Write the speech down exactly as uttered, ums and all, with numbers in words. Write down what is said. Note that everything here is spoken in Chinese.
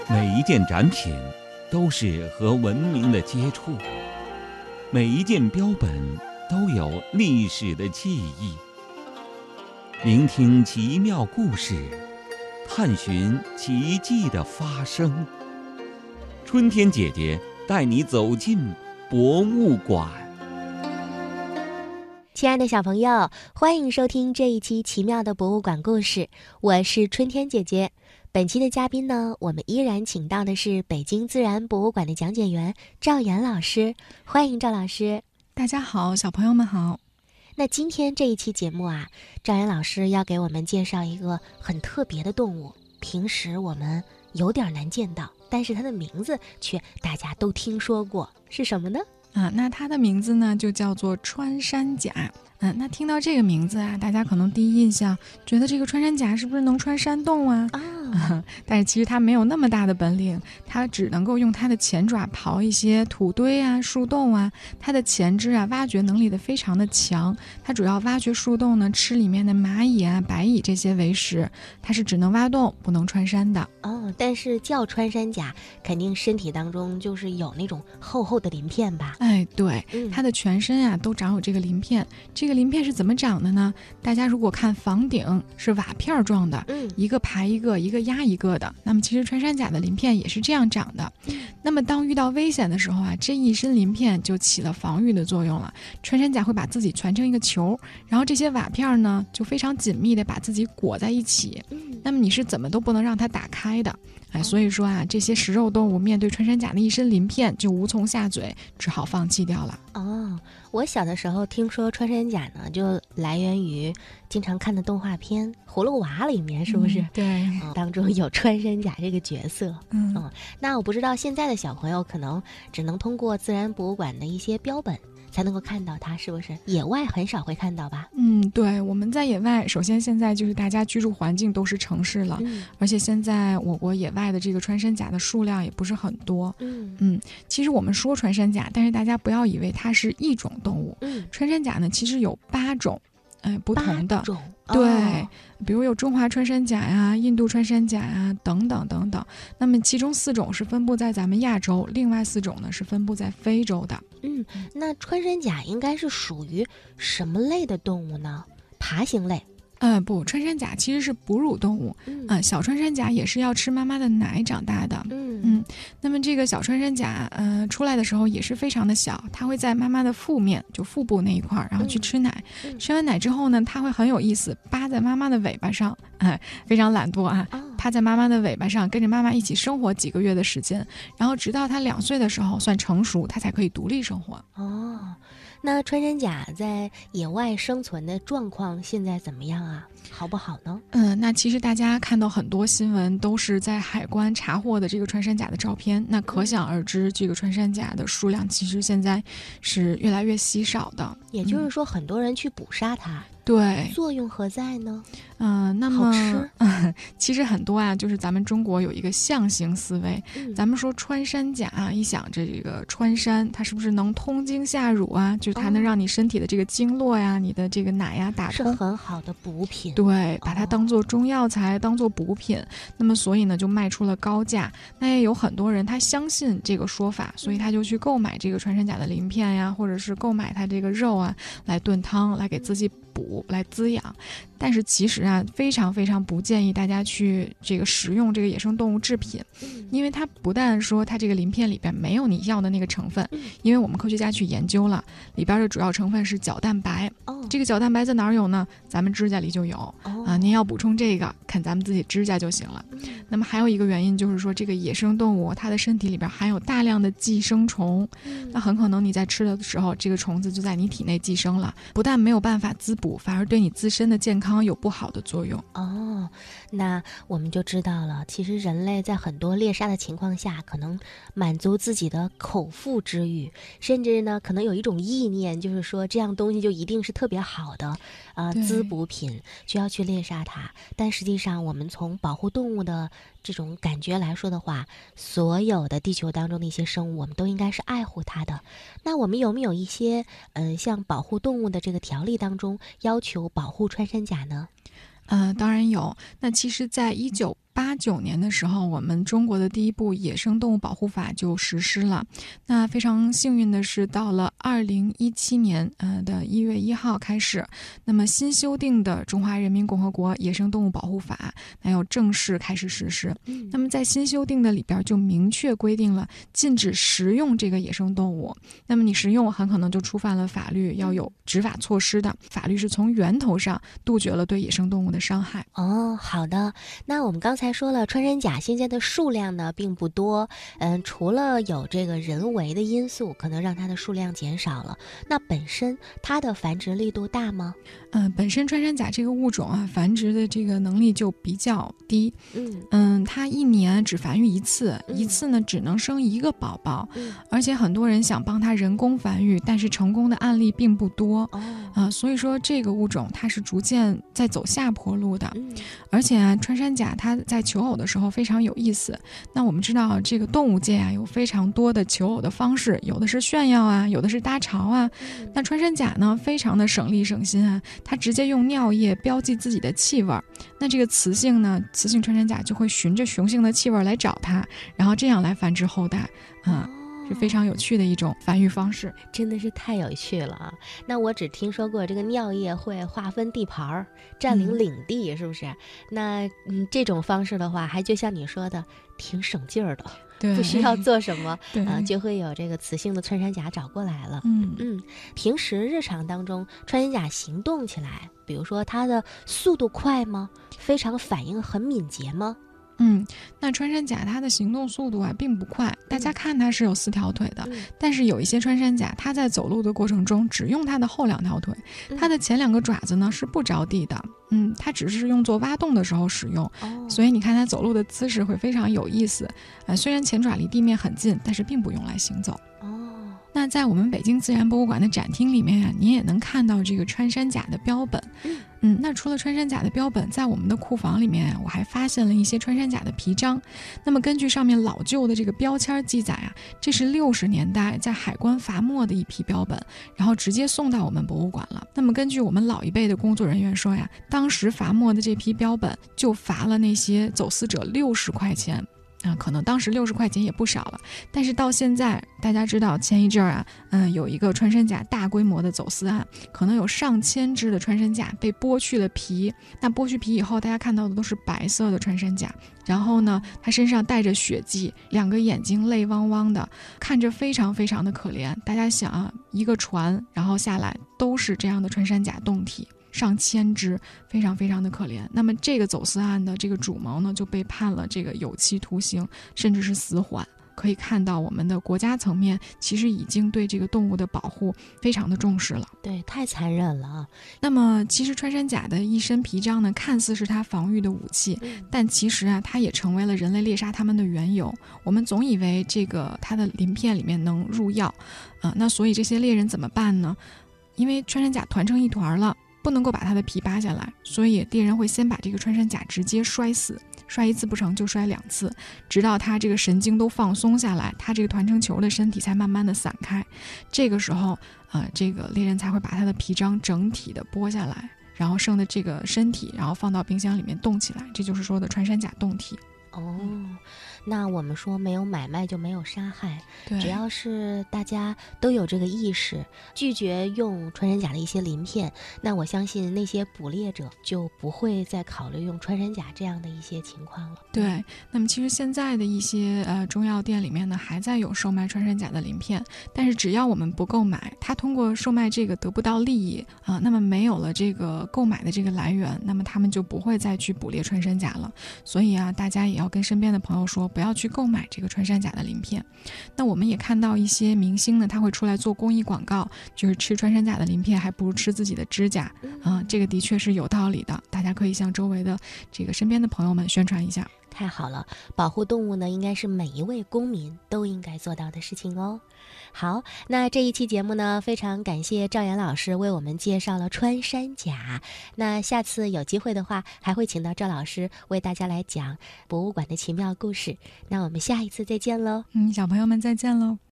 每一件展品都是和文明的接触，每一件标本都有历史的记忆。聆听奇妙故事，探寻奇迹的发生。春天姐姐带你走进博物馆。 亲爱的小朋友，欢迎收听这一期奇妙的博物馆故事，我是春天姐姐。本期的嘉宾呢，我们依然请到的是北京自然博物馆的讲解员赵岩老师，欢迎赵老师。 大家好，小朋友们好。 那今天这一期节目啊，赵岩老师要给我们介绍一个很特别的动物，平时我们有点难见到，但是它的名字却大家都听说过，是什么呢？ 啊，那它的名字呢就叫做穿山甲。嗯，那听到这个名字啊，大家可能第一印象觉得这个穿山甲是不是能穿山洞啊？ 啊、 哦，但是其实它没有那么大的本领，它只能够用它的前爪刨一些土堆啊、树洞啊。它的前肢啊，挖掘能力的非常的强，它主要挖掘树洞呢，吃里面的蚂蚁啊、白蚁这些为食。它是只能挖洞，不能穿山的。 哦，但是叫穿山甲，肯定身体当中就是有那种厚厚的鳞片吧？ 哎，对， 嗯、 它的全身啊都长有这个鳞片。这个鳞片是怎么长的呢？大家如果看房顶是瓦片状的， 嗯， 一个排一个，一个压一个的。那么其实穿山甲的鳞片也是这样长的。 嗯、 那么当遇到危险的时候啊，这一身鳞片就起了防御的作用了。穿山甲会把自己蜷成一个球，然后这些瓦片呢就非常紧密的把自己裹在一起。 嗯， 那么你是怎么都不能让它打开的。哎，所以说啊，这些食肉动物面对穿山甲的一身鳞片就无从下嘴，只好放弃掉了。 哦，我小的时候听说穿山甲呢，就来源于经常看的动画片《葫芦娃》里面，是不是？ 嗯、对、 嗯，当中有穿山甲这个角色。 嗯嗯，那我不知道现在的小朋友可能只能通过自然博物馆的一些标本才能够看到它，是不是？野外很少会看到吧？ 嗯，对，我们在野外，首先现在就是大家居住环境都是城市了， 嗯、 而且现在我国野外的这个穿山甲的数量也不是很多。 嗯嗯，其实我们说穿山甲，但是大家不要以为它是一种动物。 嗯， 穿山甲呢，其实有八种，哎、呃，不同的。 八种， 对、 哦， 比如有中华穿山甲呀、印度穿山甲呀等等等等。那么其中四种是分布在咱们亚洲，另外四种呢是分布在非洲的。 嗯，那穿山甲应该是属于什么类的动物呢？爬行类。 呃，不，穿山甲其实是哺乳动物， 嗯、 呃，小穿山甲也是要吃妈妈的奶长大的。 嗯嗯，那么这个小穿山甲，呃，出来的时候也是非常的小，它会在妈妈的腹面，就腹部那一块儿，然后去吃奶。 嗯、 吃完奶之后呢，它会很有意思，扒在妈妈的尾巴上，哎、呃，非常懒惰啊， 哦、 趴在妈妈的尾巴上，跟着妈妈一起生活几个月的时间，然后直到它两岁的时候算成熟，它才可以独立生活。 哦。那穿山甲在野外生存的状况现在怎么样啊？好不好呢？ 嗯，那其实大家看到很多新闻都是在海关查获的这个穿山甲的照片，那可想而知，这个穿山甲的数量其实现在是越来越稀少的。 也就是说，很多人去捕杀它。嗯， 对， 作用何在呢？ 嗯、呃，那么好吃、 嗯，其实很多啊，就是咱们中国有一个象形思维。 嗯、 咱们说穿山甲啊，一想这个穿山，它是不是能通经下乳啊？就它能让你身体的这个经络呀、哦、你的这个奶呀打通， 是很好的补品。 对，把它当做中药材，哦、当做补品。那么所以呢，就卖出了高价。那也有很多人他相信这个说法，所以他就去购买这个穿山甲的鳞片呀，或者是购买它这个肉啊，来炖汤，来给自己补，来滋养。但是其实啊，非常非常不建议大家去这个食用这个野生动物制品， 嗯、 因为它不但说它这个鳞片里边没有你要的那个成分， 嗯、 因为我们科学家去研究了，里边的主要成分是角蛋白。 哦， 这个角蛋白在哪儿有呢？咱们指甲里就有。 哦、 啊，您要补充这个，看咱们自己指甲就行了。 嗯、 那么还有一个原因就是说，这个野生动物它的身体里边含有大量的寄生虫， 嗯、 那很可能你在吃的时候，这个虫子就在你体内寄生了，不但没有办法滋补，反而对你自身的健康有不好的作用。 哦，那我们就知道了，其实人类在很多猎杀的情况下，可能满足自己的口腹之欲，甚至呢，可能有一种意念，就是说这样东西就一定是特别好的，呃，滋补品，就要去猎杀它。但实际上，我们从保护动物的这种感觉来说的话，所有的地球当中的一些生物，我们都应该是爱护它的。那我们有没有一些，嗯、呃，像保护动物的这个条例当中要求保护穿山甲呢？ 呃，当然有。那其实在一九八八九年的时候，我们中国的第一部野生动物保护法就实施了。那非常幸运的是，到了二零一七年呃的一月一号开始，那么新修订的《中华人民共和国野生动物保护法》那要正式开始实施。 嗯、 那么在新修订的里边就明确规定了禁止食用这个野生动物。那么你食用很可能就触犯了法律，要有执法措施的。法律是从源头上杜绝了对野生动物的伤害。 哦，好的。那我们刚才说了，穿山甲现在的数量呢并不多，嗯，除了有这个人为的因素可能让它的数量减少了，那本身它的繁殖力度大吗？ 嗯、呃，本身穿山甲这个物种啊，繁殖的这个能力就比较低。 嗯嗯，它一年只繁育一次， 嗯一次呢只能生一个宝宝， 嗯而且很多人想帮它人工繁育，但是成功的案例并不多。 哦啊、所以说这个物种它是逐渐在走下坡路的。 嗯而且啊，穿山甲它在求偶的时候非常有意思。那我们知道这个动物界啊有非常多的求偶的方式，有的是炫耀啊，有的是搭巢啊。 嗯那穿山甲呢非常的省力省心啊，它直接用尿液标记自己的气味。那这个雌性呢，雌性穿山甲就会循着雄性的气味来找它，然后这样来繁殖后代。啊、 哦是非常有趣的一种繁育方式。 真的是太有趣了啊！那我只听说过这个尿液会划分地盘儿，占领嗯领地，是不是？那嗯，这种方式的话，还就像你说的，挺省劲儿的， 对， 不需要做什么， 对呃，就会有这个雌性的穿山甲找过来了。 嗯嗯，平时日常当中，穿山甲行动起来，比如说它的速度快吗？非常反应很敏捷吗？ 嗯，那穿山甲它的行动速度啊并不快，大家看它是有四条腿的， 嗯但是有一些穿山甲它在走路的过程中只用它的后两条腿， 嗯它的前两个爪子呢是不着地的，嗯，它只是用作挖洞的时候使用， 哦， 所以你看它走路的姿势会非常有意思，呃，虽然前爪离地面很近，但是并不用来行走。 哦， 那在我们北京自然博物馆的展厅里面啊，你也能看到这个穿山甲的标本。 嗯嗯，那除了穿山甲的标本，在我们的库房里面啊，我还发现了一些穿山甲的皮章。那么根据上面老旧的这个标签记载啊，这是六十年代在海关罚没的一批标本，然后直接送到我们博物馆了。那么根据我们老一辈的工作人员说呀，当时罚没的这批标本就罚了那些走私者六十块钱。啊，可能当时六十块钱也不少了，但是到现在，大家知道前一阵儿啊，嗯，有一个穿山甲大规模的走私案，可能有上千只的穿山甲被剥去了皮。那剥去皮以后，大家看到的都是白色的穿山甲，然后呢，它身上带着血迹，两个眼睛泪汪汪的，看着非常非常的可怜。大家想啊，一个船然后下来都是这样的穿山甲冻体。上千只，非常非常的可怜。那么这个走私案的这个主谋呢，就被判了这个有期徒刑，甚至是死缓。可以看到，我们的国家层面其实已经对这个动物的保护非常的重视了。 对，太残忍了啊！ 那么，其实穿山甲的一身皮章呢，看似是它防御的武器， 嗯但其实啊，它也成为了人类猎杀它们的缘由。我们总以为这个它的鳞片里面能入药，啊、呃，那所以这些猎人怎么办呢？因为穿山甲团成一团了。不能够把它的皮扒下来，所以猎人会先把这个穿山甲直接摔死，摔一次不成就摔两次，直到它这个神经都放松下来，它这个团成球的身体才慢慢的散开。这个时候，呃，这个猎人才会把它的皮章整体的剥下来，然后剩的这个身体，然后放到冰箱里面冻起来，这就是说的穿山甲冻体。 哦，那我们说没有买卖就没有杀害， 对， 只要是大家都有这个意识，拒绝用穿山甲的一些鳞片，那我相信那些捕猎者就不会再考虑用穿山甲这样的一些情况了。 对，那么其实现在的一些呃中药店里面呢，还在有售卖穿山甲的鳞片，但是只要我们不购买，它通过售卖这个得不到利益啊、呃，那么没有了这个购买的这个来源，那么他们就不会再去捕猎穿山甲了。所以啊，大家也要跟身边的朋友说，不要去购买这个穿山甲的鳞片。那我们也看到一些明星呢，他会出来做公益广告，就是吃穿山甲的鳞片还不如吃自己的指甲啊、呃，这个的确是有道理的，大家可以向周围的这个身边的朋友们宣传一下。 太好了，保护动物呢，应该是每一位公民都应该做到的事情哦。好，那这一期节目呢，非常感谢赵岩老师为我们介绍了穿山甲。那下次有机会的话，还会请到赵老师为大家来讲博物馆的奇妙故事。那我们下一次再见喽。 嗯，小朋友们再见喽。